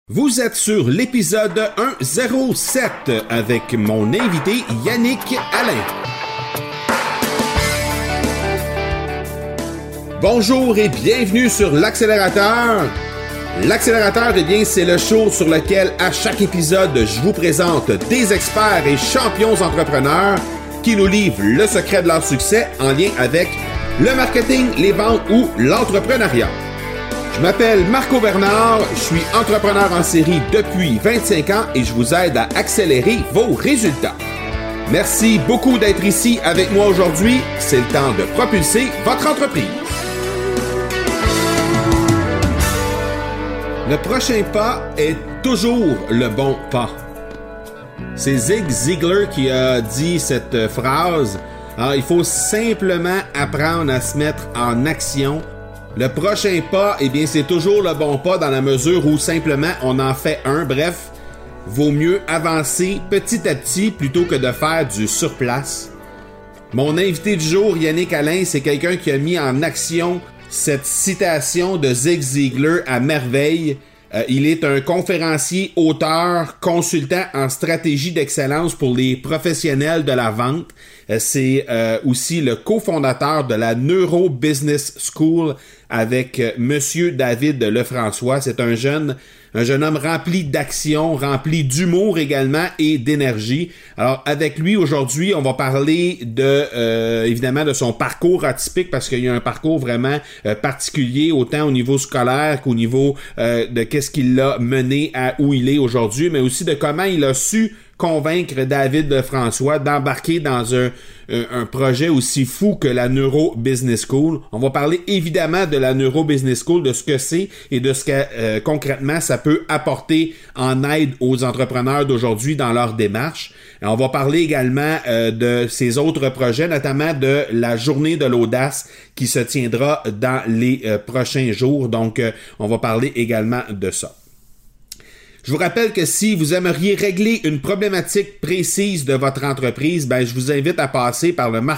Vous êtes sur l'épisode 107 avec mon invité Yannick Alain. Bonjour et bienvenue sur l'Accélérateur. L'Accélérateur, eh bien, c'est le show sur lequel, à chaque épisode, je vous présente des experts et champions entrepreneurs qui nous livrent le secret de leur succès en lien avec le marketing, les ventes ou l'entrepreneuriat. Je m'appelle Marco Bernard, je suis entrepreneur en série depuis 25 ans et je vous aide à accélérer vos résultats. Merci beaucoup d'être ici avec moi aujourd'hui. C'est le temps de propulser votre entreprise. Le prochain pas est toujours le bon pas. C'est Zig Ziglar qui a dit cette phrase. Alors, il faut simplement apprendre à se mettre en action. Le prochain pas, eh bien, c'est toujours le bon pas dans la mesure où simplement on en fait un. Bref, vaut mieux avancer petit à petit plutôt que de faire du surplace. Mon invité du jour, Yannick Alain, c'est quelqu'un qui a mis en action cette citation de Zig Ziglar à merveille. Il est un conférencier, auteur, consultant en stratégie d'excellence pour les professionnels de la vente. C'est aussi le cofondateur de la Neuro Business School avec Monsieur David Lefrançois. C'est un jeune homme rempli d'action, rempli d'humour également et d'énergie. Alors, avec lui, aujourd'hui, on va parler évidemment, de son parcours atypique parce qu'il y a un parcours vraiment particulier, autant au niveau scolaire qu'au niveau de qu'est-ce qui l'a mené à où il est aujourd'hui, mais aussi de comment il a su convaincre David Lefrançois d'embarquer dans un projet aussi fou que la Neuro Business School. On va parler évidemment de la Neuro Business School, de ce que c'est et de ce que concrètement ça peut apporter en aide aux entrepreneurs d'aujourd'hui dans leur démarche. Et on va parler également de ses autres projets, notamment de la Journée de l'Audace qui se tiendra dans les prochains jours. Donc, on va parler également de ça. Je vous rappelle que si vous aimeriez régler une problématique précise de votre entreprise, je vous invite à passer par le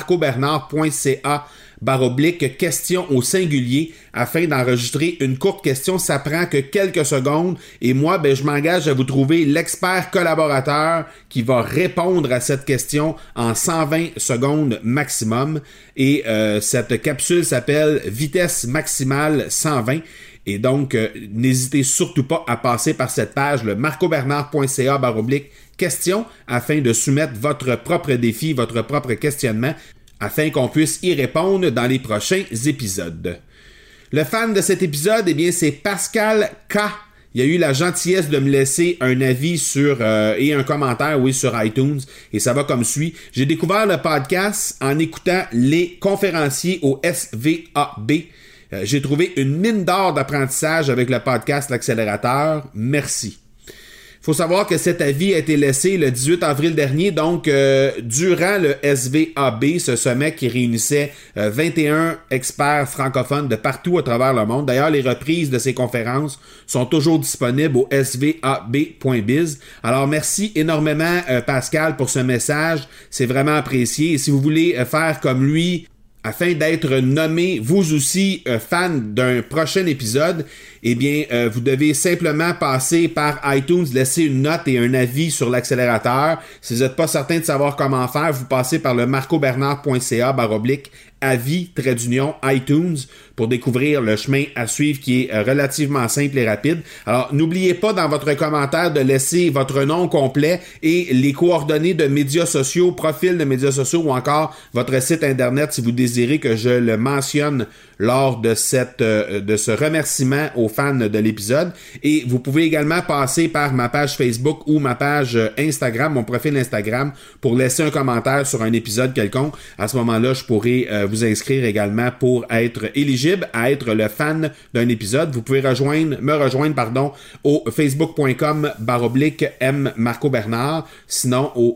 marcobernard.ca/questions au singulier afin d'enregistrer une courte question. Ça prend que quelques secondes et moi, je m'engage à vous trouver l'expert collaborateur qui va répondre à cette question en 120 secondes maximum. Et cette capsule s'appelle Vitesse maximale 120. Et donc, n'hésitez surtout pas à passer par cette page, le marcobernard.ca/questions, afin de soumettre votre propre défi, votre propre questionnement, afin qu'on puisse y répondre dans les prochains épisodes. Le fan de cet épisode, eh bien, c'est Pascal K. Il a eu la gentillesse de me laisser un avis et un commentaire, sur iTunes. Et ça va comme suit. J'ai découvert le podcast en écoutant les conférenciers au SVAB. J'ai trouvé une mine d'or d'apprentissage avec le podcast L'Accélérateur. Merci. Il faut savoir que cet avis a été laissé le 18 avril dernier, donc durant le SVAB, ce sommet qui réunissait 21 experts francophones de partout à travers le monde. D'ailleurs, les reprises de ces conférences sont toujours disponibles au svab.biz. Alors, merci énormément Pascal pour ce message. C'est vraiment apprécié. Et si vous voulez faire comme lui, afin d'être nommé, vous aussi, fan d'un prochain épisode, eh bien, vous devez simplement passer par iTunes, laisser une note et un avis sur l'accélérateur. Si vous n'êtes pas certain de savoir comment faire, vous passez par le marcobernard.ca/avis-iTunes pour découvrir le chemin à suivre qui est relativement simple et rapide. Alors, n'oubliez pas dans votre commentaire de laisser votre nom complet et les coordonnées de médias sociaux, profils de médias sociaux ou encore votre site internet si vous désirez que je le mentionne lors de ce remerciement aux fans de l'épisode. Et vous pouvez également passer par ma page Facebook ou ma page Instagram, mon profil Instagram, pour laisser un commentaire sur un épisode quelconque. À ce moment-là, je pourrai vous inscrire également pour être éligible à être le fan d'un épisode. Vous pouvez me rejoindre au facebook.com/mmarcobernard, sinon au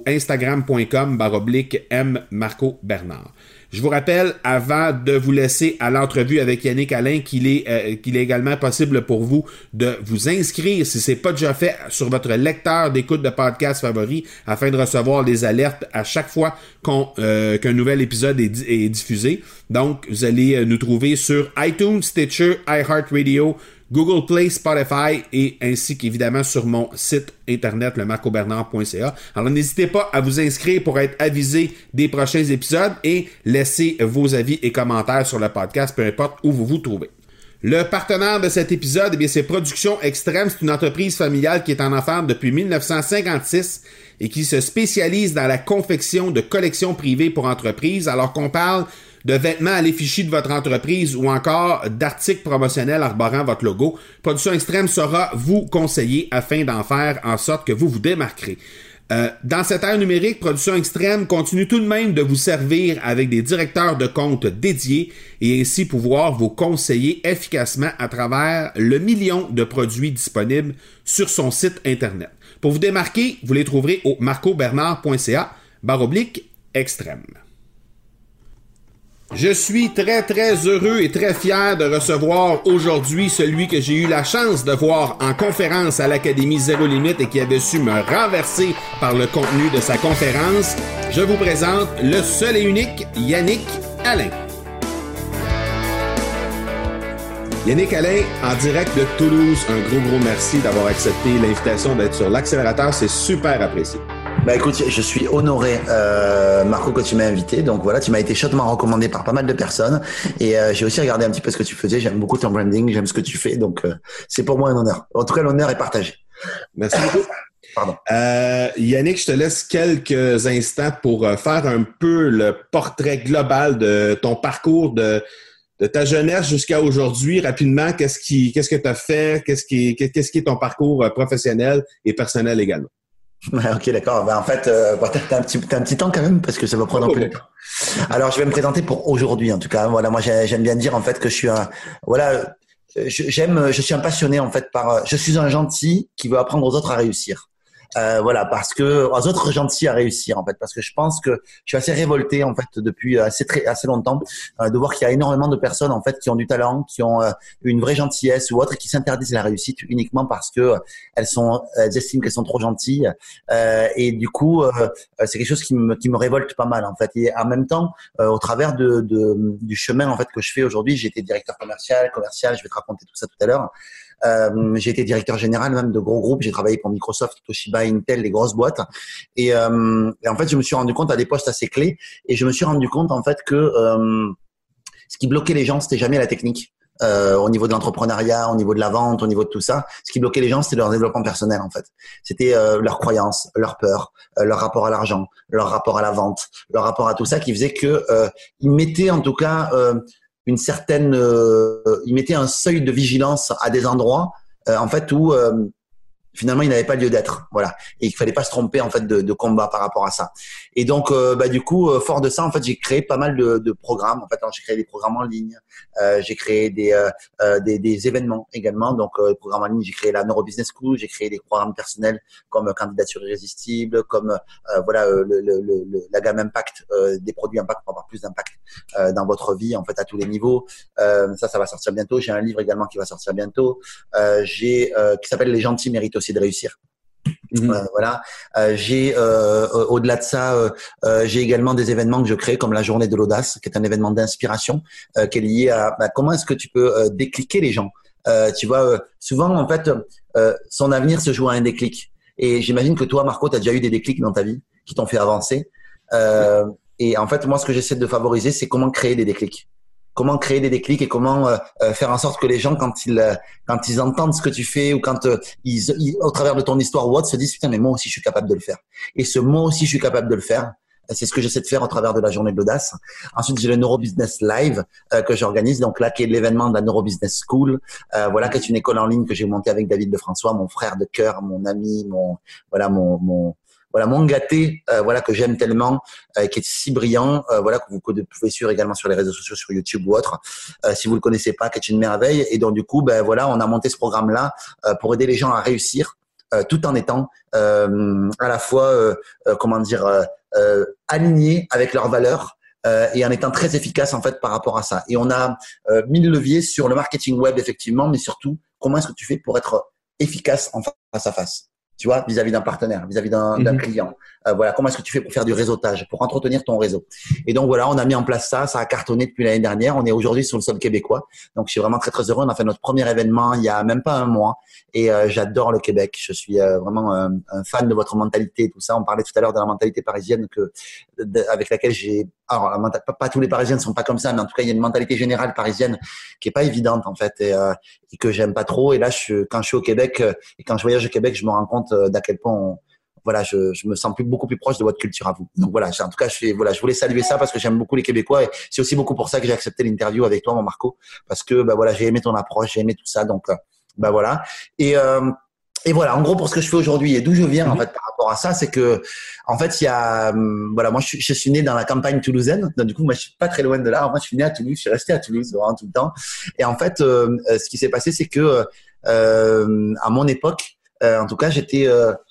instagram.com/mmarcobernard. Je vous rappelle, avant de vous laisser à l'entrevue avec Yannick Alain, qu'il est également possible pour vous de vous inscrire, si ce n'est pas déjà fait, sur votre lecteur d'écoute de podcast favori, afin de recevoir les alertes à chaque fois qu'un nouvel épisode est diffusé. Donc, vous allez nous trouver sur iTunes, Stitcher, iHeartRadio, Google Play, Spotify et ainsi qu'évidemment sur mon site internet, lemarcobernard.ca. Alors n'hésitez pas à vous inscrire pour être avisé des prochains épisodes et laissez vos avis et commentaires sur le podcast, peu importe où vous vous trouvez. Le partenaire de cet épisode, eh bien, c'est Productions Extrêmes. C'est une entreprise familiale qui est en affaires depuis 1956 et qui se spécialise dans la confection de collections privées pour entreprises, alors qu'on parle de vêtements à l'effigie de votre entreprise ou encore d'articles promotionnels arborant votre logo. Productions Extrêmes saura vous conseiller afin d'en faire en sorte que vous vous démarquerez. Dans cette ère numérique, Productions Extrêmes continue tout de même de vous servir avec des directeurs de compte dédiés et ainsi pouvoir vous conseiller efficacement à travers le million de produits disponibles sur son site internet. Pour vous démarquer, vous les trouverez au marcobernard.ca/extrême. Je suis très heureux et très fier de recevoir aujourd'hui celui que j'ai eu la chance de voir en conférence à l'Académie Zéro Limite et qui avait su me renverser par le contenu de sa conférence. Je vous présente le seul et unique Yannick Alain. Yannick Alain, en direct de Toulouse, un gros merci d'avoir accepté l'invitation d'être sur l'accélérateur, c'est super apprécié. Bah écoute, je suis honoré, Marco, que tu m'as invité. Donc voilà, tu m'as été chaudement recommandé par pas mal de personnes. Et j'ai aussi regardé un petit peu ce que tu faisais. J'aime beaucoup ton branding, j'aime ce que tu fais. Donc c'est pour moi un honneur. En tout cas, l'honneur est partagé. Merci beaucoup. Pardon. Yannick, je te laisse quelques instants pour faire un peu le portrait global de ton parcours de ta jeunesse jusqu'à aujourd'hui. Rapidement, qu'est-ce que tu as fait? Qu'est-ce qui est ton parcours professionnel et personnel également? Ok, d'accord. Ben, en fait, t'as un petit temps quand même parce que ça va prendre un peu de temps. Alors, je vais me présenter pour aujourd'hui, en tout cas. Voilà, moi, j'aime bien dire en fait que je suis je suis un passionné en fait je suis un gentil qui veut apprendre aux autres à réussir. Voilà, parce que aux autres gentils à réussir en fait, parce que je pense que je suis assez révolté en fait depuis assez longtemps de voir qu'il y a énormément de personnes en fait qui ont du talent, qui ont une vraie gentillesse ou autre et qui s'interdisent la réussite uniquement parce que elles estiment qu'elles sont trop gentilles et du coup c'est quelque chose qui me révolte pas mal en fait. Et en même temps au travers du chemin en fait que je fais aujourd'hui, j'ai été directeur commercial, je vais te raconter tout ça tout à l'heure. J'ai été directeur général même de gros groupes. J'ai travaillé pour Microsoft, Toshiba, Intel, les grosses boîtes. Et en fait, je me suis rendu compte à des postes assez clés. Et je me suis rendu compte en fait que ce qui bloquait les gens, c'était jamais la technique. Au niveau de l'entrepreneuriat, au niveau de la vente, au niveau de tout ça, ce qui bloquait les gens, c'était leur développement personnel en fait. C'était leurs croyances, leurs peurs, leur rapport à l'argent, leur rapport à la vente, leur rapport à tout ça qui faisait que ils mettaient en tout cas une certaine, il mettait un seuil de vigilance à des endroits en fait où finalement il n'avait pas lieu d'être, voilà, et il fallait pas se tromper en fait de combat par rapport à ça. Et donc du coup fort de ça en fait j'ai créé pas mal de programmes en fait. Alors, j'ai créé des programmes en ligne, j'ai créé des événements également. Donc programmes en ligne, j'ai créé la Neurobusiness School, j'ai créé des programmes personnels comme candidature irrésistible, comme la gamme Impact, des produits Impact pour avoir plus d'impact dans votre vie en fait à tous les niveaux. Ça va sortir bientôt. J'ai un livre également qui va sortir bientôt. Qui s'appelle Les gentils méritent aussi de réussir. Voilà. J'ai au-delà de ça, j'ai également des événements que je crée comme la Journée de l'Audace, qui est un événement d'inspiration qui est lié à comment est-ce que tu peux décliquer les gens. Tu vois, souvent en fait, son avenir se joue à un déclic. Et j'imagine que toi, Marco, tu as déjà eu des déclics dans ta vie qui t'ont fait avancer. Et en fait, moi, ce que j'essaie de favoriser, c'est comment créer des déclics. Comment créer des déclics et comment faire en sorte que les gens, quand ils entendent ce que tu fais ou quand ils, au travers de ton histoire ou autre, se disent putain, mais moi aussi je suis capable de le faire. Et ce moi aussi je suis capable de le faire, c'est ce que j'essaie de faire au travers de la Journée de l'Audace. Ensuite, j'ai le Neurobusiness Live que j'organise, donc là qui est l'événement de la Neurobusiness School, voilà, qui est une école en ligne que j'ai montée avec David Lefrançois, mon frère de cœur, mon ami, mon gâté, voilà, que j'aime tellement, qui est si brillant, voilà, que vous pouvez suivre également sur les réseaux sociaux, sur YouTube ou autre, si vous le connaissez pas, qui est une merveille. Et donc du coup, voilà, on a monté ce programme-là pour aider les gens à réussir, tout en étant à la fois, alignés avec leurs valeurs. Et en étant très efficace en fait par rapport à ça. Et on a 1000 leviers sur le marketing web effectivement, mais surtout comment est-ce que tu fais pour être efficace en face à face. tu vois, vis-à-vis d'un partenaire, vis-à-vis d'un client. Voilà, comment est-ce que tu fais pour faire du réseautage, pour entretenir ton réseau. Et donc voilà, on a mis en place ça a cartonné depuis l'année dernière. On est aujourd'hui sur le sol québécois, donc je suis vraiment très très heureux. On a fait notre premier événement il y a même pas un mois, et j'adore le Québec. Je suis vraiment un fan de votre mentalité et tout ça. On parlait tout à l'heure de la mentalité parisienne avec laquelle alors pas tous les Parisiens ne sont pas comme ça, mais en tout cas il y a une mentalité générale parisienne qui est pas évidente en fait, et que j'aime pas trop. Et là, quand je suis au Québec et quand je voyage au Québec, je me rends compte d'à quel point voilà, je me sens beaucoup plus proche de votre culture à vous. Donc voilà, en tout cas, je voulais saluer ça parce que j'aime beaucoup les Québécois, et c'est aussi beaucoup pour ça que j'ai accepté l'interview avec toi, mon Marco, parce que voilà, j'ai aimé ton approche, j'ai aimé tout ça. Donc voilà. Et voilà, en gros, pour ce que je fais aujourd'hui et d'où je viens, en fait, par rapport à ça, c'est que, en fait, il y a, voilà, moi, je suis né dans la campagne toulousaine. Donc, du coup, moi, je suis pas très loin de là. Moi, je suis né à Toulouse, je suis resté à Toulouse vraiment tout le temps. Et en fait, ce qui s'est passé, c'est que, à mon époque, en tout cas, j'étais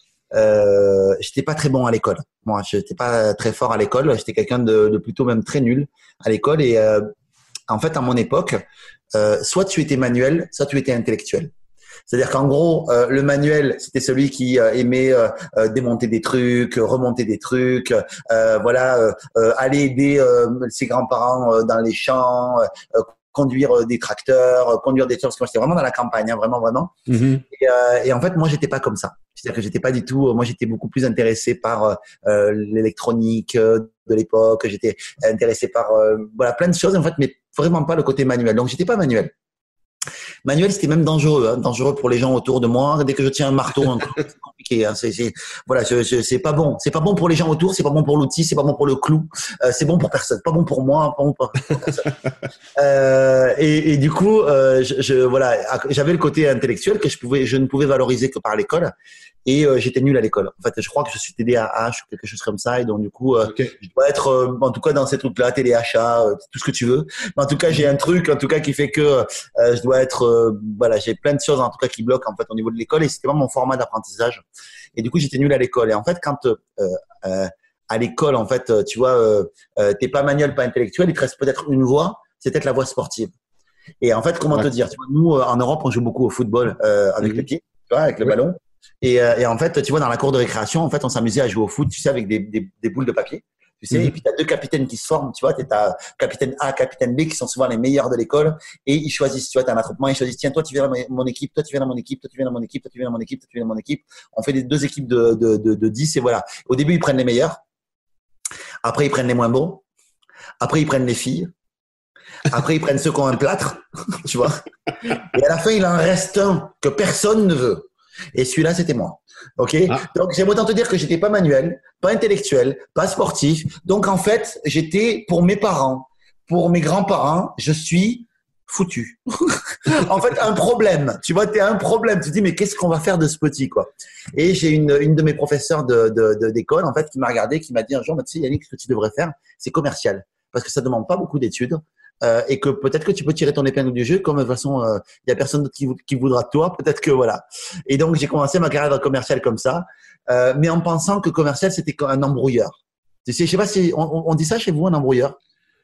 pas très bon à l'école. Moi, j'étais pas très fort à l'école. J'étais quelqu'un de plutôt même très nul à l'école. Et, en fait, à mon époque, soit tu étais manuel, soit tu étais intellectuel. C'est-à-dire qu'en gros, le manuel, c'était celui qui aimait démonter des trucs, remonter des trucs, voilà, aller aider ses grands-parents dans les champs, conduire des tracteurs, conduire des trucs. Parce que moi, j'étais vraiment dans la campagne, hein, vraiment, vraiment. Et en fait, moi, j'étais pas comme ça. C'est-à-dire que j'étais pas du tout. Moi, j'étais beaucoup plus intéressé par l'électronique de l'époque. J'étais intéressé par voilà, plein de choses en fait, mais vraiment pas le côté manuel. Donc, j'étais pas manuel. Manuel, c'était même dangereux, hein, dangereux pour les gens autour de moi. Dès que je tiens un marteau, c'est compliqué. Hein, voilà, c'est pas bon. C'est pas bon pour les gens autour, c'est pas bon pour l'outil, c'est pas bon pour le clou. C'est bon pour personne, pas bon pour moi, pas bon pour personne. Et du coup, voilà, j'avais le côté intellectuel que je ne pouvais valoriser que par l'école. Et j'étais nul à l'école. En fait, je crois que je suis TDAH ou quelque chose comme ça. Et donc, du coup, je dois être, en tout cas, dans ces trucs-là, TDAH, tout ce que tu veux. Mais en tout cas, j'ai un truc, en tout cas, qui fait que je dois être, voilà, j'ai plein de choses, en tout cas, qui bloquent, en fait, au niveau de l'école. Et c'était vraiment mon format d'apprentissage. Et du coup, j'étais nul à l'école. Et en fait, quand à l'école, en fait, tu vois, t'es pas manuel, pas intellectuel, il te reste peut-être une voie, c'est peut-être la voie sportive. Et en fait, comment te dire, tu vois, nous, en Europe, on joue beaucoup au football avec les pieds, tu vois, avec le ballon. Et en fait, tu vois, dans la cour de récréation, en fait, on s'amusait à jouer au foot, tu sais, avec des boules de papier, tu sais. Et puis, tu as deux capitaines qui se forment, tu vois. Tu as capitaine A, capitaine B, qui sont souvent les meilleurs de l'école. Et ils choisissent, tu vois, tu as un attroupement, ils choisissent, tiens, toi, tu viens dans mon équipe, toi, tu viens dans mon équipe, toi, tu viens dans mon équipe, toi, tu viens dans mon équipe, toi, tu viens dans mon équipe. On fait deux équipes de 10 et voilà. Au début, ils prennent les meilleurs. Après, ils prennent les moins bons. Après, ils prennent les filles. Après, ils prennent ceux qui ont un plâtre, tu vois. Et à la fin, il en reste un que personne ne veut. Et celui-là, c'était moi. Ok. Donc, j'aime autant te dire que j'étais pas manuel, pas intellectuel, pas sportif. Donc, en fait, j'étais pour mes parents, pour mes grands-parents, je suis foutu. En fait, un problème. Tu vois, t'es un problème. Tu te dis, mais qu'est-ce qu'on va faire de ce petit, quoi? Et j'ai une de mes professeurs d'école, en fait, qui m'a regardé, qui m'a dit un jour, tu sais, Yannick, ce que tu devrais faire, c'est commercial. Parce que ça demande pas beaucoup d'études. Et que peut-être que tu peux tirer ton épingle du jeu, comme de toute façon il y a personne d'autre qui voudra de toi, peut-être que voilà. Et donc j'ai commencé ma carrière de commercial comme ça, mais en pensant que commercial c'était un embrouilleur. Tu sais, je sais pas si on dit ça chez vous, un embrouilleur.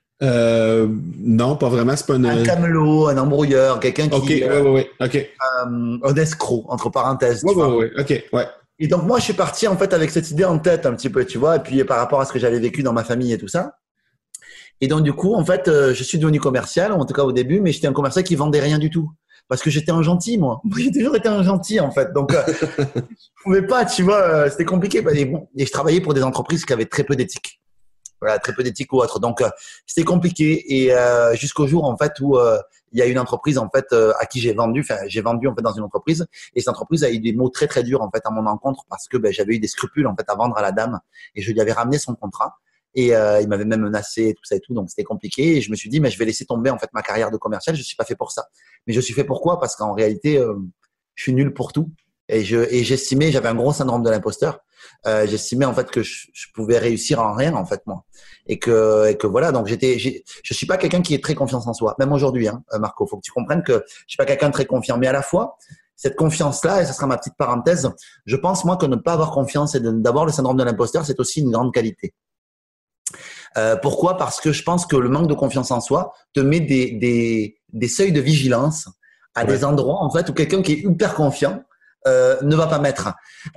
Non, pas vraiment, c'est pas un camelot, un embrouilleur, quelqu'un qui OK. Un escroc entre parenthèses. OK, ouais. Et donc moi je suis parti en fait avec cette idée en tête un petit peu, tu vois, et puis par rapport à ce que j'avais vécu dans ma famille et tout ça. Et donc, du coup, en fait, je suis devenu commercial, en tout cas au début, mais j'étais un commercial qui vendait rien du tout. Parce que j'étais un gentil, moi. J'ai toujours été un gentil, en fait. Donc, je pouvais pas, tu vois, c'était compliqué. Et je travaillais pour des entreprises qui avaient très peu d'éthique. Voilà, très peu d'éthique ou autre. Donc, c'était compliqué. Et jusqu'au jour, en fait, où il y a une entreprise, en fait, à qui j'ai vendu, en fait, dans une entreprise. Et cette entreprise a eu des mots très, très durs, en fait, à mon encontre parce que j'avais eu des scrupules, en fait, à vendre à la dame. Et je lui avais ramené son contrat. Et il m'avait même menacé, tout ça et tout, donc c'était compliqué. Et je me suis dit, mais je vais laisser tomber en fait ma carrière de commercial. Je suis pas fait pour ça. Mais je suis fait pourquoi? Parce qu'en réalité, je suis nul pour tout. Et j'estimais, j'avais un gros syndrome de l'imposteur. J'estimais en fait que je pouvais réussir en rien en fait moi. Et que voilà. Donc je suis pas quelqu'un qui est très confiant en soi. Même aujourd'hui, hein, Marco, faut que tu comprennes que je suis pas quelqu'un de très confiant. Mais à la fois, cette confiance-là, et ça sera ma petite parenthèse, je pense moi que ne pas avoir confiance et d'avoir le syndrome de l'imposteur, c'est aussi une grande qualité. Pourquoi? Parce que je pense que le manque de confiance en soi te met des seuils de vigilance à des endroits en fait où quelqu'un qui est hyper confiant ne va pas mettre.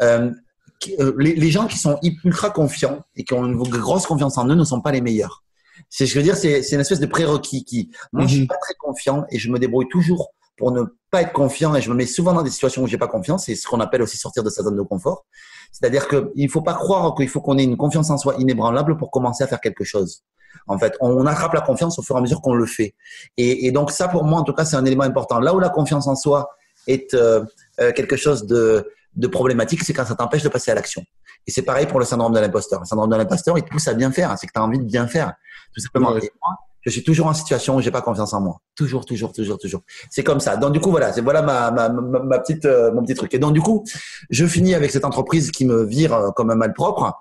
Les gens qui sont ultra confiants et qui ont une grosse confiance en eux ne sont pas les meilleurs. C'est, je veux dire, c'est une espèce de prérequis qui, moi, je suis pas très confiant et je me débrouille toujours pour ne pas être confiant et je me mets souvent dans des situations où j'ai pas confiance. C'est ce qu'on appelle aussi sortir de sa zone de confort. C'est-à-dire que il faut pas croire qu'il faut qu'on ait une confiance en soi inébranlable pour commencer à faire quelque chose. En fait, on attrape la confiance au fur et à mesure qu'on le fait. Et donc ça, pour moi, en tout cas, c'est un élément important. Là où la confiance en soi est quelque chose de problématique, c'est quand ça t'empêche de passer à l'action. Et c'est pareil pour le syndrome de l'imposteur. Le syndrome de l'imposteur, il te pousse à bien faire. C'est que tu as envie de bien faire, tout simplement. Ouais. Et moi, je suis toujours en situation où j'ai pas confiance en moi. Toujours. C'est comme ça. Donc du coup, voilà, c'est voilà ma petite mon petit truc. Et donc du coup, je finis avec cette entreprise qui me vire comme un malpropre.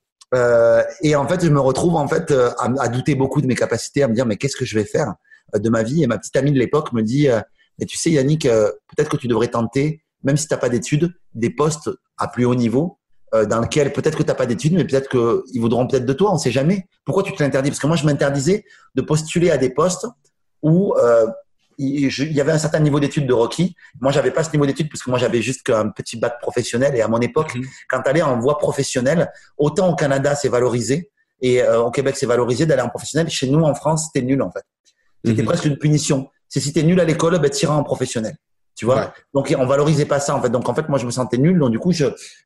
Et en fait, je me retrouve en fait à douter beaucoup de mes capacités, à me dire mais qu'est-ce que je vais faire de ma vie. Et ma petite amie de l'époque me dit mais tu sais Yannick, peut-être que tu devrais tenter, même si t'as pas d'études, des postes à plus haut niveau. Dans lequel peut-être que tu n'as pas d'études, mais peut-être qu'ils voudront peut-être de toi, on ne sait jamais. Pourquoi tu te l'interdis? Parce que moi, je m'interdisais de postuler à des postes où il y avait un certain niveau d'études de requis. Moi, j'avais pas ce niveau d'études parce que moi, j'avais juste qu'un petit bac professionnel. Et à mon époque, quand tu allais en voie professionnelle, autant au Canada, c'est valorisé et au Québec, c'est valorisé d'aller en professionnel. Chez nous, en France, c'était nul en fait. C'était presque une punition. C'est si tu es nul à l'école, ben, tu iras en professionnel. Tu vois, donc on valorisait pas ça en fait. Donc en fait, moi je me sentais nul, donc du coup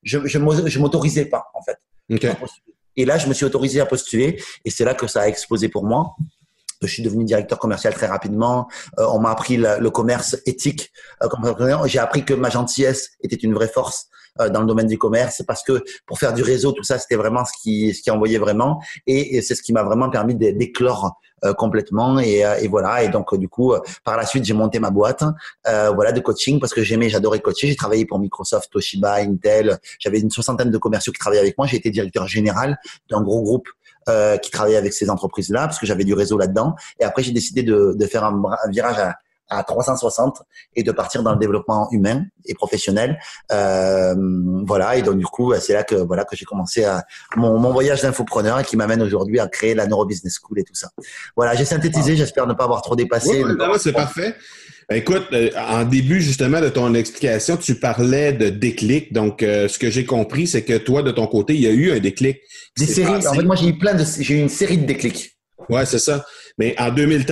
je m'autorisais pas en fait. Okay. Et là, je me suis autorisé à postuler, et c'est là que ça a explosé pour moi. Je suis devenu directeur commercial très rapidement. On m'a appris le commerce éthique. J'ai appris que ma gentillesse était une vraie force dans le domaine du commerce, parce que pour faire du réseau, tout ça, c'était vraiment ce qui envoyait vraiment, et c'est ce qui m'a vraiment permis d'éclore complètement. Et voilà. Et donc du coup, par la suite, j'ai monté ma boîte, voilà, de coaching, parce que j'adorais coacher. J'ai travaillé pour Microsoft, Toshiba, Intel. J'avais une 60aine de commerciaux qui travaillaient avec moi. J'ai été directeur général d'un gros groupe qui travaillait avec ces entreprises-là, parce que j'avais du réseau là-dedans. Et après, j'ai décidé de faire un virage à 360 et de partir dans le développement humain et professionnel. Voilà. Et donc, du coup, c'est là que j'ai commencé mon voyage d'infopreneur, et qui m'amène aujourd'hui à créer la Neurobusiness School et tout ça. Voilà. J'ai synthétisé. J'espère ne pas avoir trop dépassé. Oui, c'est parfait. Écoute, en début justement de ton explication, tu parlais de déclic. Donc, ce que j'ai compris, c'est que toi, de ton côté, il y a eu un déclic. Des séries. Passé. En fait, moi, j'ai eu une série de déclics. Ouais, c'est ça. Mais en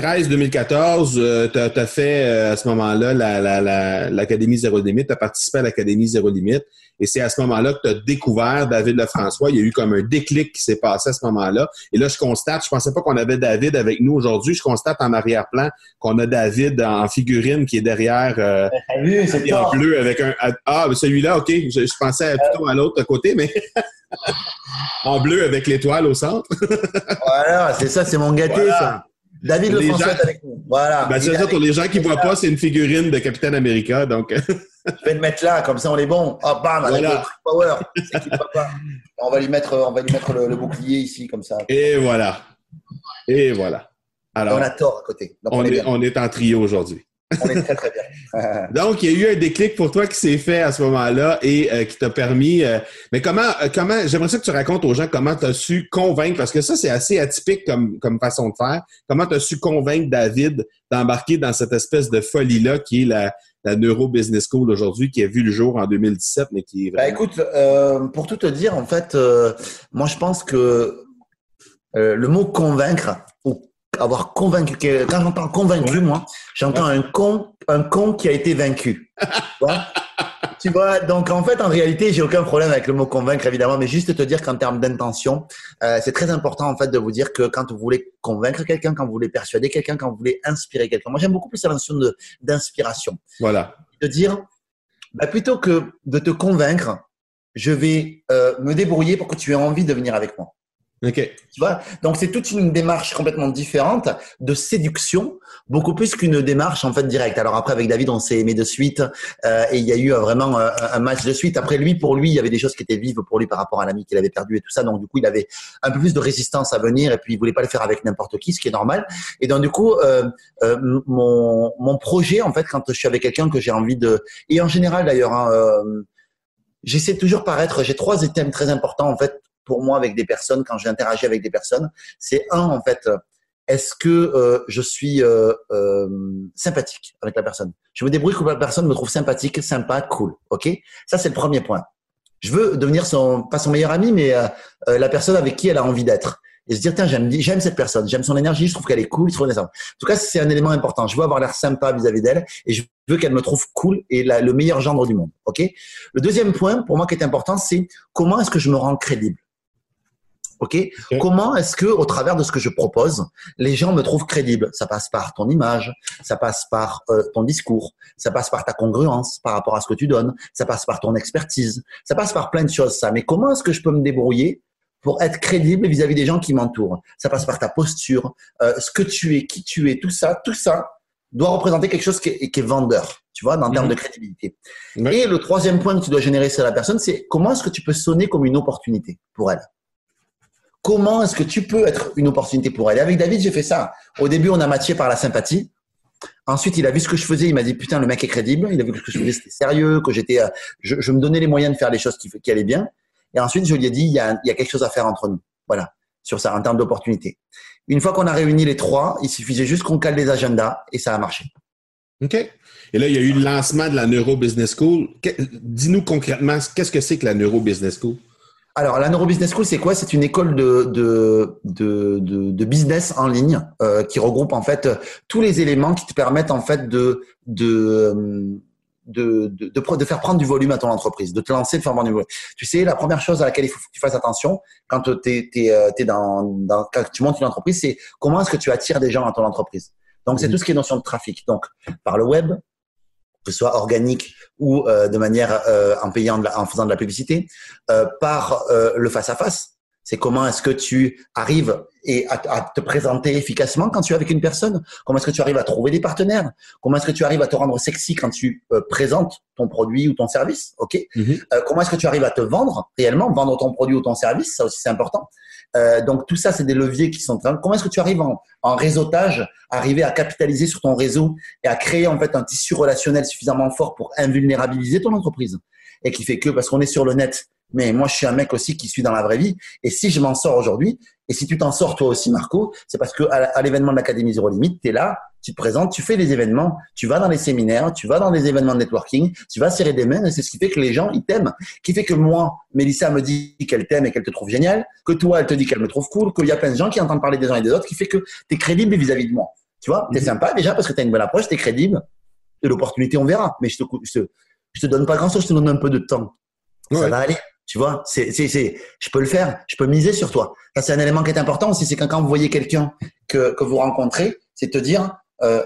2013-2014, tu as fait à ce moment-là l'Académie Zéro Limite, tu as participé à l'Académie Zéro Limite, et c'est à ce moment-là que tu as découvert David Lefrançois. Il y a eu comme un déclic qui s'est passé à ce moment-là. Et là, je constate, je pensais pas qu'on avait David avec nous aujourd'hui, je constate en arrière-plan qu'on a David en figurine qui est derrière c'est en bleu avec un... Ah, celui-là, OK, je pensais plutôt à l'autre côté, mais... en bleu avec l'étoile au centre. Voilà, c'est ça, c'est mon gâté, voilà. Ça. David Lefrançois est avec nous. Voilà. Ben, c'est ça, pour les gens qui ne voient pas, c'est une figurine de Capitaine America. Donc... je vais le mettre là, comme ça on est bon. Ah, bam, avec le power. On va lui mettre le bouclier ici, comme ça. Et voilà. Alors, on a Thor à côté. Donc on est en trio aujourd'hui. On est très, très bien. Donc, il y a eu un déclic pour toi qui s'est fait à ce moment-là et qui t'a permis... mais comment j'aimerais ça que tu racontes aux gens comment tu as su convaincre, parce que ça, c'est assez atypique comme façon de faire. Comment tu as su convaincre David d'embarquer dans cette espèce de folie-là qui est la Neuro Business School aujourd'hui, qui a vu le jour en 2017, mais qui est vraiment... écoute, pour tout te dire, en fait, moi, je pense que le mot convaincre, ou avoir convaincu, quand j'entends convaincu, moi, j'entends un con qui a été vaincu. Tu vois, donc en fait, en réalité, j'ai aucun problème avec le mot convaincre, évidemment, mais juste te dire qu'en termes d'intention, c'est très important en fait de vous dire que quand vous voulez convaincre quelqu'un, quand vous voulez persuader quelqu'un, quand vous voulez inspirer quelqu'un. Moi, j'aime beaucoup plus la notion d'inspiration. Voilà. De dire, plutôt que de te convaincre, je vais me débrouiller pour que tu aies envie de venir avec moi. Okay. Tu vois, donc c'est toute une démarche complètement différente de séduction, beaucoup plus qu'une démarche en fait directe. Alors après avec David on s'est aimé de suite et il y a eu vraiment un match de suite. Après pour lui il y avait des choses qui étaient vives pour lui par rapport à l'ami qu'il avait perdu et tout ça. Donc du coup il avait un peu plus de résistance à venir et puis il voulait pas le faire avec n'importe qui, ce qui est normal. Et donc du coup mon projet en fait quand je suis avec quelqu'un que j'ai envie de, et en général d'ailleurs j'essaie toujours j'ai 3 items très importants en fait pour moi avec des personnes quand j'interagis avec des personnes. C'est en fait est-ce que je suis sympathique avec la personne. Je me débrouille que la personne me trouve sympathique, sympa, cool. Ok, ça c'est le premier point. Je veux devenir pas son meilleur ami, mais la personne avec qui elle a envie d'être. Et se dire, tiens, j'aime cette personne, j'aime son énergie, je trouve qu'elle est cool, je trouve ça. En tout cas, c'est un élément important. Je veux avoir l'air sympa vis-à-vis d'elle et je veux qu'elle me trouve cool et le meilleur gendre du monde. Ok. Le deuxième point, pour moi, qui est important, c'est comment est-ce que je me rends crédible. Okay. Comment est-ce que, au travers de ce que je propose, les gens me trouvent crédible? Ça passe par ton image, ça passe par ton discours, ça passe par ta congruence par rapport à ce que tu donnes, ça passe par ton expertise, ça passe par plein de choses. Ça. Mais comment est-ce que je peux me débrouiller pour être crédible vis-à-vis des gens qui m'entourent? Ça passe par ta posture, ce que tu es, qui tu es, tout ça doit représenter quelque chose qui est vendeur, tu vois, en termes de crédibilité. Ouais. Et le troisième point que tu dois générer sur la personne, c'est comment est-ce que tu peux sonner comme une opportunité pour elle? Comment est-ce que tu peux être une opportunité pour elle? Et avec David, j'ai fait ça. Au début, on a matché par la sympathie. Ensuite, il a vu ce que je faisais. Il m'a dit, putain, le mec est crédible. Il a vu que ce que je faisais, c'était sérieux, que je me donnais les moyens de faire les choses qui allaient bien. Et ensuite, je lui ai dit, il y a quelque chose à faire entre nous. Voilà. Sur ça, en termes d'opportunité. Une fois qu'on a réuni les trois, il suffisait juste qu'on cale les agendas et ça a marché. OK. Et là, il y a eu le lancement de la Neuro Business School. Dis-nous concrètement, qu'est-ce que c'est que la Neuro Business School? Alors, la Neuro Business School, c'est quoi? C'est une école de business en ligne qui regroupe en fait tous les éléments qui te permettent en fait de faire prendre du volume à ton entreprise, de te lancer, de faire prendre du volume. Tu sais, la première chose à laquelle il faut que tu fasses attention quand quand tu montes une entreprise, c'est comment est-ce que tu attires des gens à ton entreprise. Donc, c'est tout ce qui est notion de trafic. Donc, par le web, que ce soit organique ou de manière en faisant de la publicité, par le face-à-face. C'est comment est-ce que tu arrives à te présenter efficacement quand tu es avec une personne? Comment est-ce que tu arrives à trouver des partenaires? Comment est-ce que tu arrives à te rendre sexy quand tu présentes ton produit ou ton service? Ok. Comment est-ce que tu arrives à te vendre réellement, vendre ton produit ou ton service? Ça aussi, c'est important. Donc, tout ça, c'est des leviers qui sont… Comment est-ce que tu arrives en réseautage, arriver à capitaliser sur ton réseau et à créer en fait un tissu relationnel suffisamment fort pour invulnérabiliser ton entreprise? Et qui fait que, parce qu'on est sur le net, mais moi, je suis un mec aussi qui suis dans la vraie vie. Et si je m'en sors aujourd'hui, et si tu t'en sors toi aussi, Marco, c'est parce que à l'événement de l'Académie Zéro Limite, tu es là, tu te présentes, tu fais des événements, tu vas dans les séminaires, tu vas dans les événements de networking, tu vas serrer des mains et c'est ce qui fait que les gens, ils t'aiment. Qui fait que moi, Mélissa me dit qu'elle t'aime et qu'elle te trouve génial, que toi, elle te dit qu'elle me trouve cool, qu'il y a plein de gens qui entendent parler des uns et des autres, qui fait que tu es crédible vis-à-vis de moi. Tu vois, tu es sympa déjà parce que tu as une bonne approche, tu es crédible. De l'opportunité, on verra. Mais je te donne pas grand-chose, je te donne un peu de temps. Ouais. Ça va aller. Tu vois, je peux le faire, je peux miser sur toi. Ça, c'est un élément qui est important aussi. C'est quand vous voyez quelqu'un que vous rencontrez, c'est de te dire,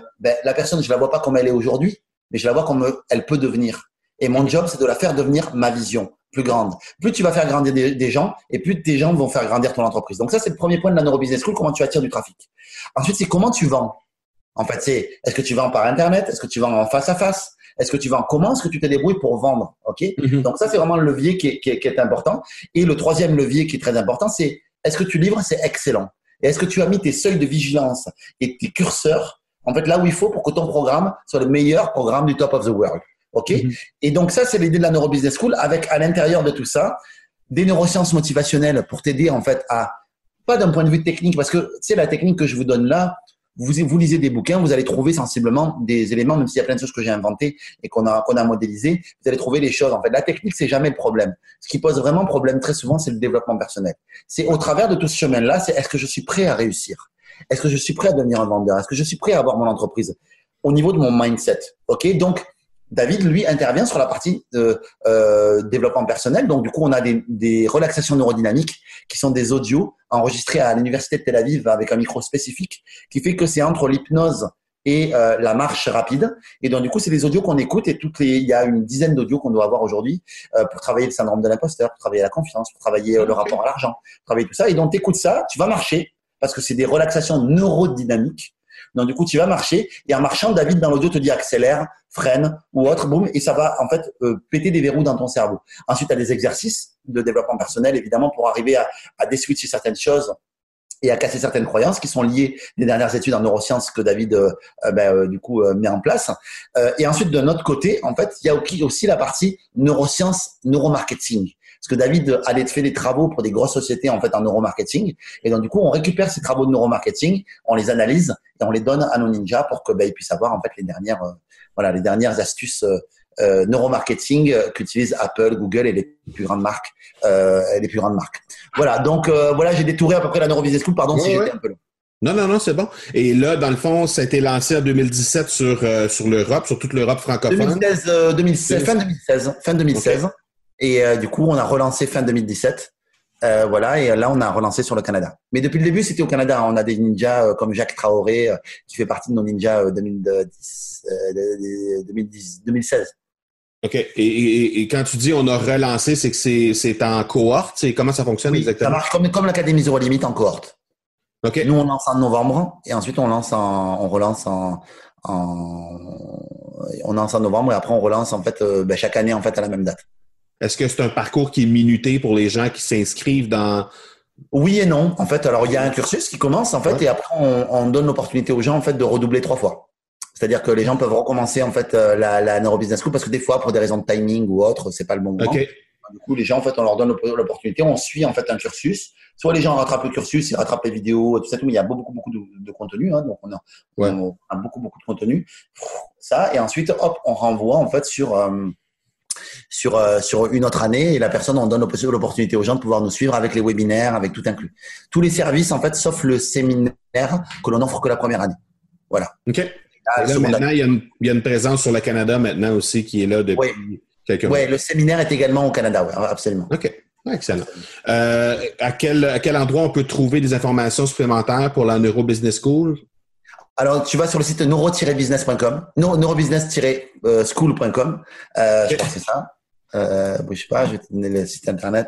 la personne, je la vois pas comme elle est aujourd'hui, mais je la vois comme elle peut devenir. Et mon job, c'est de la faire devenir ma vision plus grande. Plus tu vas faire grandir des gens, et plus tes gens vont faire grandir ton entreprise. Donc ça, c'est le premier point de la Neuro Business School, comment tu attires du trafic. Ensuite, c'est comment tu vends. En fait, est-ce que tu vends par Internet? Est-ce que tu vends en face à face? Est-ce que tu vends? Comment est-ce que tu te débrouilles pour vendre? Ok. Donc ça, c'est vraiment le levier qui est important. Et le troisième levier qui est très important, c'est est-ce que tu livres? C'est excellent. Et est-ce que tu as mis tes seuils de vigilance et tes curseurs en fait là où il faut pour que ton programme soit le meilleur programme du top of the world? Ok. Et donc ça, c'est l'idée de la Neuro Business School avec à l'intérieur de tout ça des neurosciences motivationnelles pour t'aider en fait à pas d'un point de vue technique parce que c'est la technique que je vous donne là. Vous lisez des bouquins, vous allez trouver sensiblement des éléments, même s'il y a plein de choses que j'ai inventées et qu'on a modélisées, vous allez trouver les choses. En fait, la technique, c'est jamais le problème. Ce qui pose vraiment problème très souvent, c'est le développement personnel. C'est au travers de tout ce chemin-là, c'est est-ce que je suis prêt à réussir? Est-ce que je suis prêt à devenir un vendeur? Est-ce que je suis prêt à avoir mon entreprise? Au niveau de mon mindset. Ok? Donc, David, lui, intervient sur la partie développement personnel. Donc, du coup, on a des relaxations neurodynamiques qui sont des audios enregistrés à l'Université de Tel Aviv avec un micro spécifique qui fait que c'est entre l'hypnose et la marche rapide. Et donc, du coup, c'est des audios qu'on écoute et il y a une dizaine d'audios qu'on doit avoir aujourd'hui pour travailler le syndrome de l'imposteur, pour travailler la confiance, pour travailler le rapport à l'argent, pour travailler tout ça. Et donc, tu écoutes ça, tu vas marcher parce que c'est des relaxations neurodynamiques. Donc, du coup, tu vas marcher et en marchant, David, dans l'audio, te dit accélère, freine ou autre, boum, et ça va en fait péter des verrous dans ton cerveau. Ensuite, tu as des exercices de développement personnel, évidemment, pour arriver à déswitcher certaines choses et à casser certaines croyances qui sont liées des dernières études en neurosciences que David, met en place. Et ensuite, de notre côté, en fait, il y a aussi la partie neurosciences, neuromarketing. Parce que David allait faire des travaux pour des grosses sociétés en fait en neuromarketing. Et donc du coup, on récupère ces travaux de neuromarketing, on les analyse et on les donne à nos ninjas pour que ils puissent avoir en fait les dernières astuces neuromarketing qu'utilisent Apple, Google et les plus grandes marques. Voilà. Donc voilà, j'ai détouré à peu près la Neurobusiness School. Pardon si j'étais un peu long. Non, c'est bon. Et là, dans le fond, ça a été lancé en 2017 sur l'Europe, sur toute l'Europe francophone. 2016, fin 2016. Okay. Et du coup, on a relancé fin 2017. Voilà, et là, on a relancé sur le Canada. Mais depuis le début, c'était au Canada. On a des ninjas comme Jacques Traoré, qui fait partie de nos ninjas 2016. OK. Et quand tu dis on a relancé, c'est que c'est en cohorte? Comment ça fonctionne exactement? Ça marche comme l'Académie Zéro Limite en cohorte. Okay. Nous, on lance en novembre et ensuite on lance en novembre et après on relance en fait chaque année en fait à la même date. Est-ce que c'est un parcours qui est minuté pour les gens qui s'inscrivent dans... Oui et non. En fait, alors il y a un cursus qui commence en fait et après on donne l'opportunité aux gens en fait de redoubler 3 fois. C'est-à-dire que les gens peuvent recommencer en fait la Neurobusiness School parce que des fois pour des raisons de timing ou autre, c'est pas le bon moment. Okay. Du coup, les gens en fait on leur donne l'opportunité, on suit en fait un cursus. Soit les gens rattrapent le cursus, ils rattrapent les vidéos, tout ça, tout. Mais il y a beaucoup de contenu, hein, donc on a beaucoup de contenu. Ça et ensuite, hop, on renvoie en fait sur une autre année et la personne, on donne l'opportunité aux gens de pouvoir nous suivre avec les webinaires, avec tout inclus. Tous les services en fait, sauf le séminaire que l'on offre que la première année. Voilà. Ok. Là, maintenant, il y a une présence sur le Canada maintenant aussi qui est là depuis quelques mois. Oui, le séminaire est également au Canada, oui, absolument. Ok. Excellent. À quel endroit on peut trouver des informations supplémentaires pour la Neurobusiness School? Alors, tu vas sur le site neuro-business.com, neuro-business-school.com. Je crois que c'est ça. Je sais pas, je vais te donner le site internet.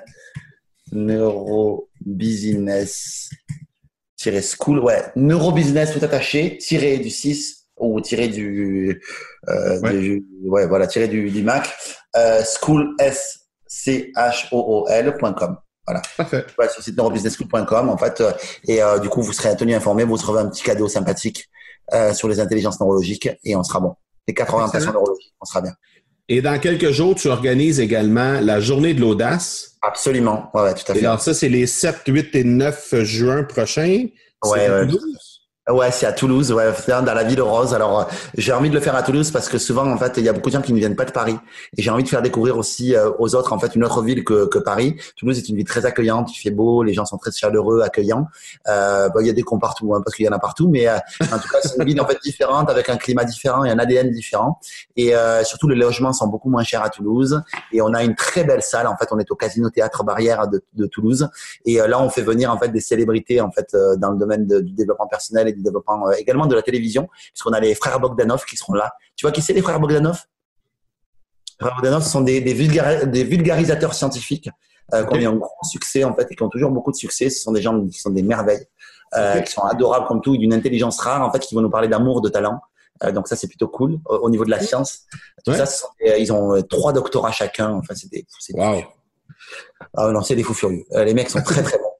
Neurobusiness-school, neurobusiness tout attaché, tiré du 6 ou tiré du Mac. School school.com. Voilà. Parfait. Sur le site neurobusinessschool.com en fait et du coup vous serez tenu informé, vous recevez un petit cadeau sympathique sur les intelligences neurologiques et on sera bon. Les 4 orientations neurologiques, on sera bien. Et dans quelques jours, tu organises également la journée de l'audace. Absolument. Ouais, tout à fait. Et alors ça, c'est les 7, 8 et 9 juin prochains. Ouais, c'est à Toulouse, dans la ville rose. Alors, j'ai envie de le faire à Toulouse parce que souvent, en fait, il y a beaucoup de gens qui ne viennent pas de Paris. Et j'ai envie de faire découvrir aussi aux autres, en fait, une autre ville que Paris. Toulouse est une ville très accueillante, il fait beau, les gens sont très chaleureux, accueillants. Il y a des cons partout, parce qu'il y en a partout, mais en tout cas, c'est une ville en fait différente, avec un climat différent et un ADN différent. Et surtout, les logements sont beaucoup moins chers à Toulouse. Et on a une très belle salle. En fait, on est au Casino Théâtre Barrière de Toulouse. Et là, on fait venir en fait des célébrités en fait dans le domaine du développement personnel et du développement également de la télévision, puisqu'on a les frères Bogdanov qui seront là. Tu vois qui c'est les frères Bogdanov? Les frères Bogdanov sont des vulgarisateurs scientifiques qui ont eu un grand succès en fait et qui ont toujours beaucoup de succès. Ce sont des gens qui sont des merveilles, qui sont adorables comme tout, d'une intelligence rare en fait, qui vont nous parler d'amour, de talent. Donc ça c'est plutôt cool au niveau de la science. Tout ça, ils ont 3 doctorats chacun. Enfin c'est des non, c'est des fous furieux. Les mecs sont très très bons.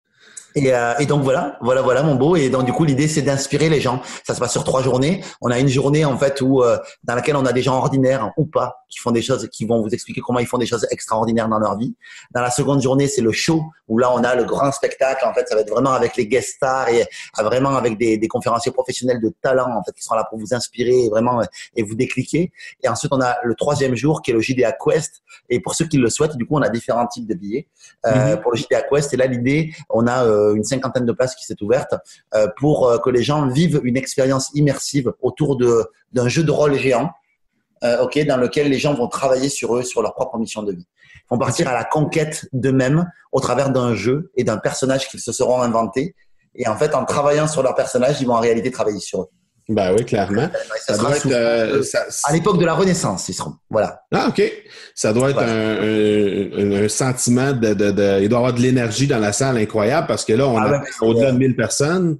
Et donc voilà mon beau. Et donc du coup l'idée c'est d'inspirer les gens. Ça se passe sur 3 journées. On a une journée en fait où dans laquelle on a des gens ordinaires ou pas qui font des choses, qui vont vous expliquer comment ils font des choses extraordinaires dans leur vie. Dans la seconde journée c'est le show où là on a le grand spectacle. En fait ça va être vraiment avec les guest stars et vraiment avec des conférenciers professionnels de talent en fait qui seront là pour vous inspirer et vraiment et vous décliquer. Et ensuite on a le 3e jour qui est le JDA Quest. Et pour ceux qui le souhaitent, du coup on a différents types de billets pour le JDA Quest. Et là l'idée on a une 50aine de places qui s'est ouverte pour que les gens vivent une expérience immersive autour d'un jeu de rôle géant, dans lequel les gens vont travailler sur eux, sur leur propre mission de vie. Ils vont partir à la conquête d'eux-mêmes au travers d'un jeu et d'un personnage qu'ils se seront inventés. Et en fait, en travaillant sur leur personnage, ils vont en réalité travailler sur eux. Ben oui, clairement. Ça doit être, à l'époque de la Renaissance, ils seront. Voilà. Ah, OK. Ça doit être un sentiment il doit y avoir de l'énergie dans la salle incroyable parce que là, on a au-delà de 1000 personnes.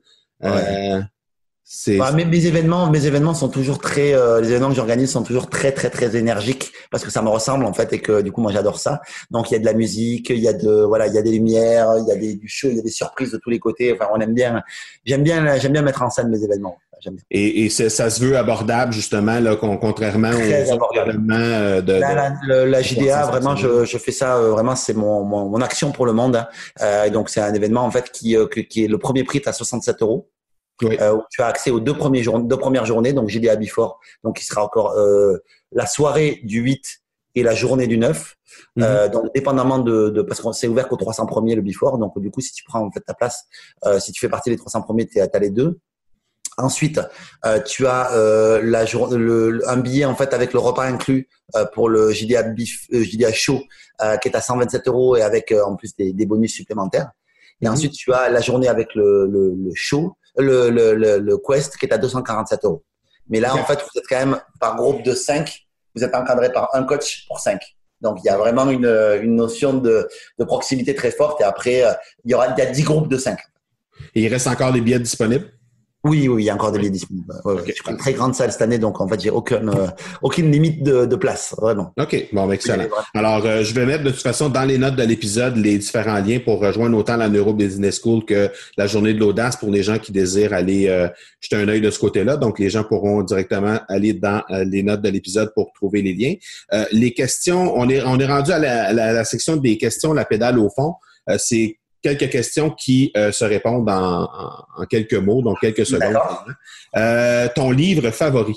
Mes événements sont toujours les événements que j'organise sont toujours très, très, très énergiques parce que ça me ressemble, en fait, et que, du coup, moi, j'adore ça. Donc, il y a de la musique, il y a des lumières, il y a du show, il y a des surprises de tous les côtés. Enfin, j'aime bien mettre en scène mes événements. j'aime bien. Et ça se veut abordable, justement, là, contrairement Très aux autres abordable. événements La JDA, vraiment, je fais ça, vraiment, c'est mon action pour le monde. Hein. Et donc, c'est un événement, en fait, qui est le premier prix, à 67 €. Oui. Où tu as accès aux deux premières journées, donc JDA Before, donc il sera encore la soirée du 8 et la journée du 9. Donc dépendamment parce qu'on s'est ouvert qu'aux 300 premiers le Before, donc du coup si tu prends en fait ta place, si tu fais partie des 300 premiers, t'as les deux. Ensuite, tu as un billet en fait avec le repas inclus pour le JDA Show qui est à 127 € et avec en plus des bonus supplémentaires. Et ensuite, tu as la journée avec le show, le quest qui est à 247 €. Mais là, en fait, vous êtes quand même par groupe de 5. Vous êtes encadré par un coach pour 5. Donc, il y a vraiment une notion de proximité très forte. Et après, il y a 10 groupes de 5. Et il reste encore des billets disponibles? Oui, il y a encore des billets disponibles. Okay. Je prends une très grande salle cette année, donc en fait, j'ai aucune limite de place, vraiment. OK, bon, excellent. Alors, je vais mettre de toute façon dans les notes de l'épisode les différents liens pour rejoindre autant la Neuro Business School que la Journée de l'Audace pour les gens qui désirent aller jeter un œil de ce côté-là. Donc, les gens pourront directement aller dans les notes de l'épisode pour trouver les liens. Les questions, on est rendu à la section des questions, la pédale au fond. C'est quelques questions qui se répondent en quelques mots, donc quelques secondes. Ton livre favori?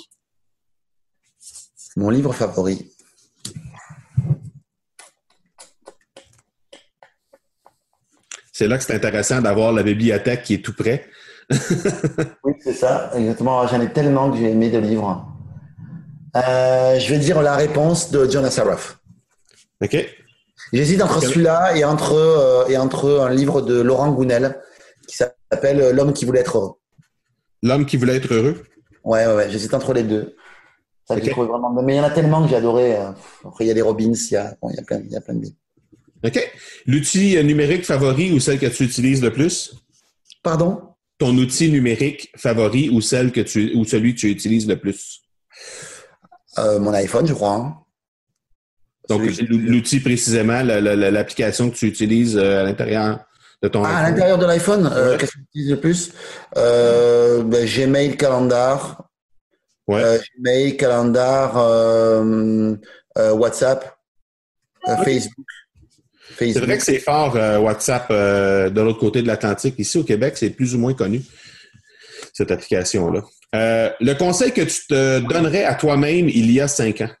Mon livre favori. C'est là que c'est intéressant d'avoir la bibliothèque qui est tout près. Oui, c'est ça, exactement. J'en ai tellement que j'ai aimé de livres. Je vais dire La réponse de John Assaraf. OK. J'hésite entre celui-là et entre un livre de Laurent Gounel qui s'appelle L'homme qui voulait être heureux. L'homme qui voulait être heureux? Ouais. J'hésite entre les deux. Ça, okay. Vraiment... Mais il y en a tellement que j'ai adoré. Après, il y a des Robbins, il y a plein de livres. OK. L'outil numérique favori ou celle que tu utilises le plus? Pardon? Ton outil numérique favori ou celui que tu utilises le plus? Mon iPhone, je crois. Hein. Donc, l'outil précisément, l'application que tu utilises à l'intérieur de ton iPhone. À l'intérieur de l'iPhone, qu'est-ce que tu utilises le plus? Gmail, Calendar. Ouais. Gmail, Calendar, WhatsApp, Facebook. C'est vrai que c'est fort, WhatsApp, de l'autre côté de l'Atlantique. Ici, au Québec, c'est plus ou moins connu, cette application-là. Le conseil que tu te donnerais à toi-même il y a 5 ans?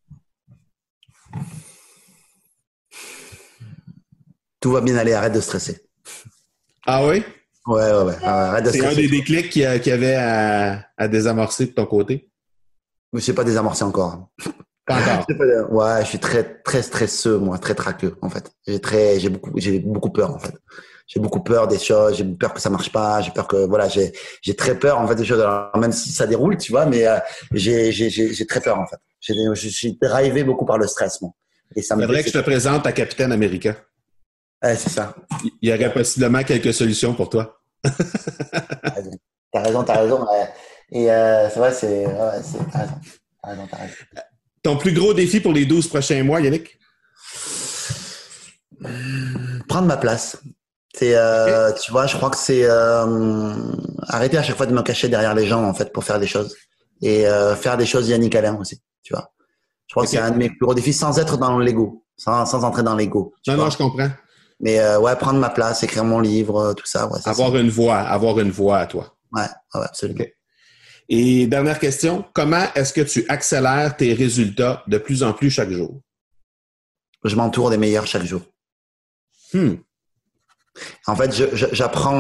Tout va bien aller, arrête de stresser. Ah oui? Ouais. Arrête de stresser. C'est un des déclics qu'il y avait à désamorcer de ton côté? Mais je n'ai pas désamorcé encore. Pas encore? Ouais, je suis très, très stresseux, moi, très traqueux, en fait. J'ai beaucoup peur, en fait. J'ai beaucoup peur des choses, j'ai peur que ça marche pas, j'ai peur que, voilà, j'ai très peur, en fait, des choses. Alors, même si ça déroule, tu vois, mais j'ai très peur, en fait. Je suis drivé beaucoup par le stress, moi. Et ça me faudrait que je te présente à Capitaine America. C'est ça. Il y aurait possiblement quelques solutions pour toi. T'as raison. Et c'est vrai, t'as raison. Ton plus gros défi pour les 12 prochains mois, Yannick? Prendre ma place. Tu vois, je crois que c'est arrêter à chaque fois de me cacher derrière les gens, en fait, pour faire des choses. Et faire des choses Yannick Alain aussi, tu vois. Je crois que c'est un de mes plus gros défis sans être dans l'ego, sans entrer dans l'ego. Non, je comprends. Mais prendre ma place, écrire mon livre, tout ça. Ouais, avoir une voix à toi. Ouais, absolument. Okay. Et dernière question, comment est-ce que tu accélères tes résultats de plus en plus chaque jour? Je m'entoure des meilleurs chaque jour. En fait, j'apprends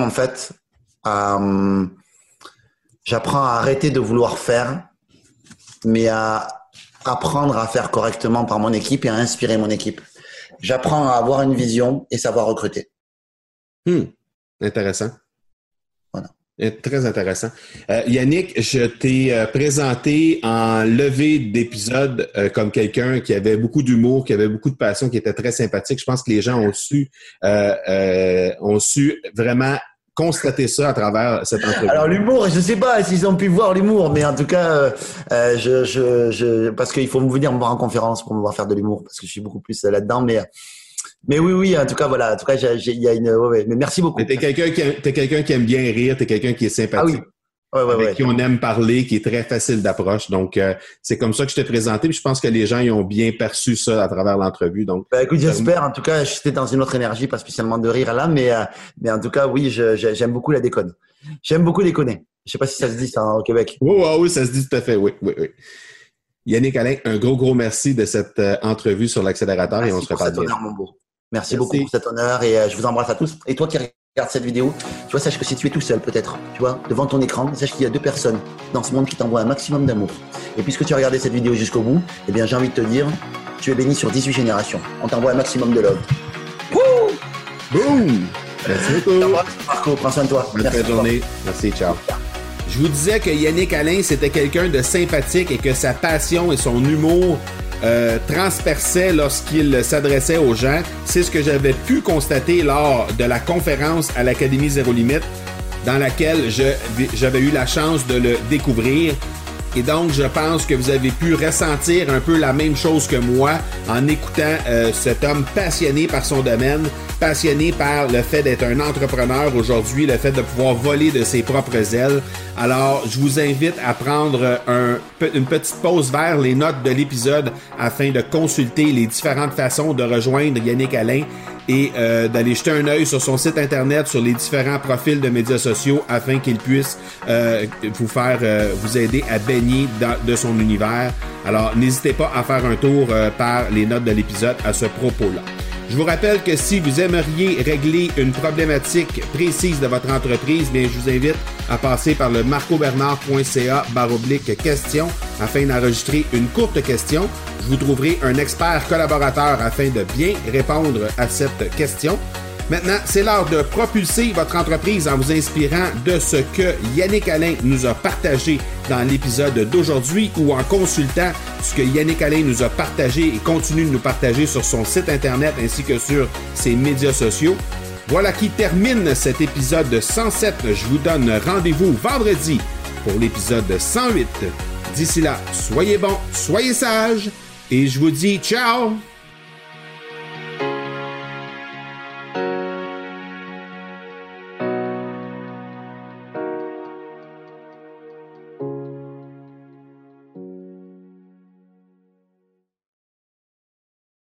à arrêter de vouloir faire, mais à apprendre à faire correctement par mon équipe et à inspirer mon équipe. J'apprends à avoir une vision et savoir recruter. Intéressant. Voilà. Très intéressant. Yannick, je t'ai présenté en levée d'épisode comme quelqu'un qui avait beaucoup d'humour, qui avait beaucoup de passion, qui était très sympathique. Je pense que les gens ont su vraiment constater ça à travers cette entrevue. Alors l'humour, je sais pas s'ils ont pu voir l'humour, mais en tout cas, parce qu'il faut venir me voir en conférence pour me voir faire de l'humour, parce que je suis beaucoup plus là-dedans, mais oui, en tout cas, voilà, en tout cas, il y a une, mais merci beaucoup. Mais t'es quelqu'un qui aime bien rire, t'es quelqu'un qui est sympathique. avec qui on aime parler, qui est très facile d'approche. Donc, c'est comme ça que je t'ai présenté. Puis je pense que les gens ils ont bien perçu ça à travers l'entrevue. Donc, écoute, j'espère. En tout cas, j'étais dans une autre énergie, pas spécialement de rire là, mais en tout cas, oui, j'aime beaucoup la déconne. J'aime beaucoup déconner. Je sais pas si ça se dit ça au Québec. Oui, ça se dit tout à fait. Oui. Yannick Alain, un gros merci de cette entrevue sur l'accélérateur et on se reparle bien. Merci pour cet honneur, mon beau. Merci beaucoup pour cet honneur et je vous embrasse à tous. Et toi qui regardes cette vidéo, tu vois, sache que si tu es tout seul peut-être, tu vois, devant ton écran, sache qu'il y a 2 personnes dans ce monde qui t'envoient un maximum d'amour. Et puisque tu as regardé cette vidéo jusqu'au bout, eh bien j'ai envie de te dire, tu es béni sur 18 générations. On t'envoie un maximum de love. Wouh! Boum! Merci beaucoup. Marco, prends soin de toi. Bonne fin de journée. Merci, ciao. Je vous disais que Yannick Alain, c'était quelqu'un de sympathique et que sa passion et son humour transperçaient lorsqu'il s'adressait aux gens. C'est ce que j'avais pu constater lors de la conférence à l'Académie Zéro Limite, dans laquelle j'avais eu la chance de le découvrir. Et donc, je pense que vous avez pu ressentir un peu la même chose que moi en écoutant cet homme passionné par son domaine, passionné par le fait d'être un entrepreneur aujourd'hui, le fait de pouvoir voler de ses propres ailes. Alors, je vous invite à prendre une petite pause vers les notes de l'épisode afin de consulter les différentes façons de rejoindre Yannick Alain et d'aller jeter un œil sur son site internet, sur les différents profils de médias sociaux afin qu'il puisse vous aider à baigner de son univers. Alors, n'hésitez pas à faire un tour par les notes de l'épisode à ce propos-là. Je vous rappelle que si vous aimeriez régler une problématique précise de votre entreprise, bien, je vous invite à passer par le marcobernard.ca/question afin d'enregistrer une courte question. Je vous trouverai un expert collaborateur afin de bien répondre à cette question. Maintenant, c'est l'heure de propulser votre entreprise en vous inspirant de ce que Yannick Alain nous a partagé dans l'épisode d'aujourd'hui ou en consultant ce que Yannick Alain nous a partagé et continue de nous partager sur son site internet ainsi que sur ses médias sociaux. Voilà qui termine cet épisode 107. Je vous donne rendez-vous vendredi pour l'épisode 108. D'ici là, soyez bons, soyez sages et je vous dis ciao!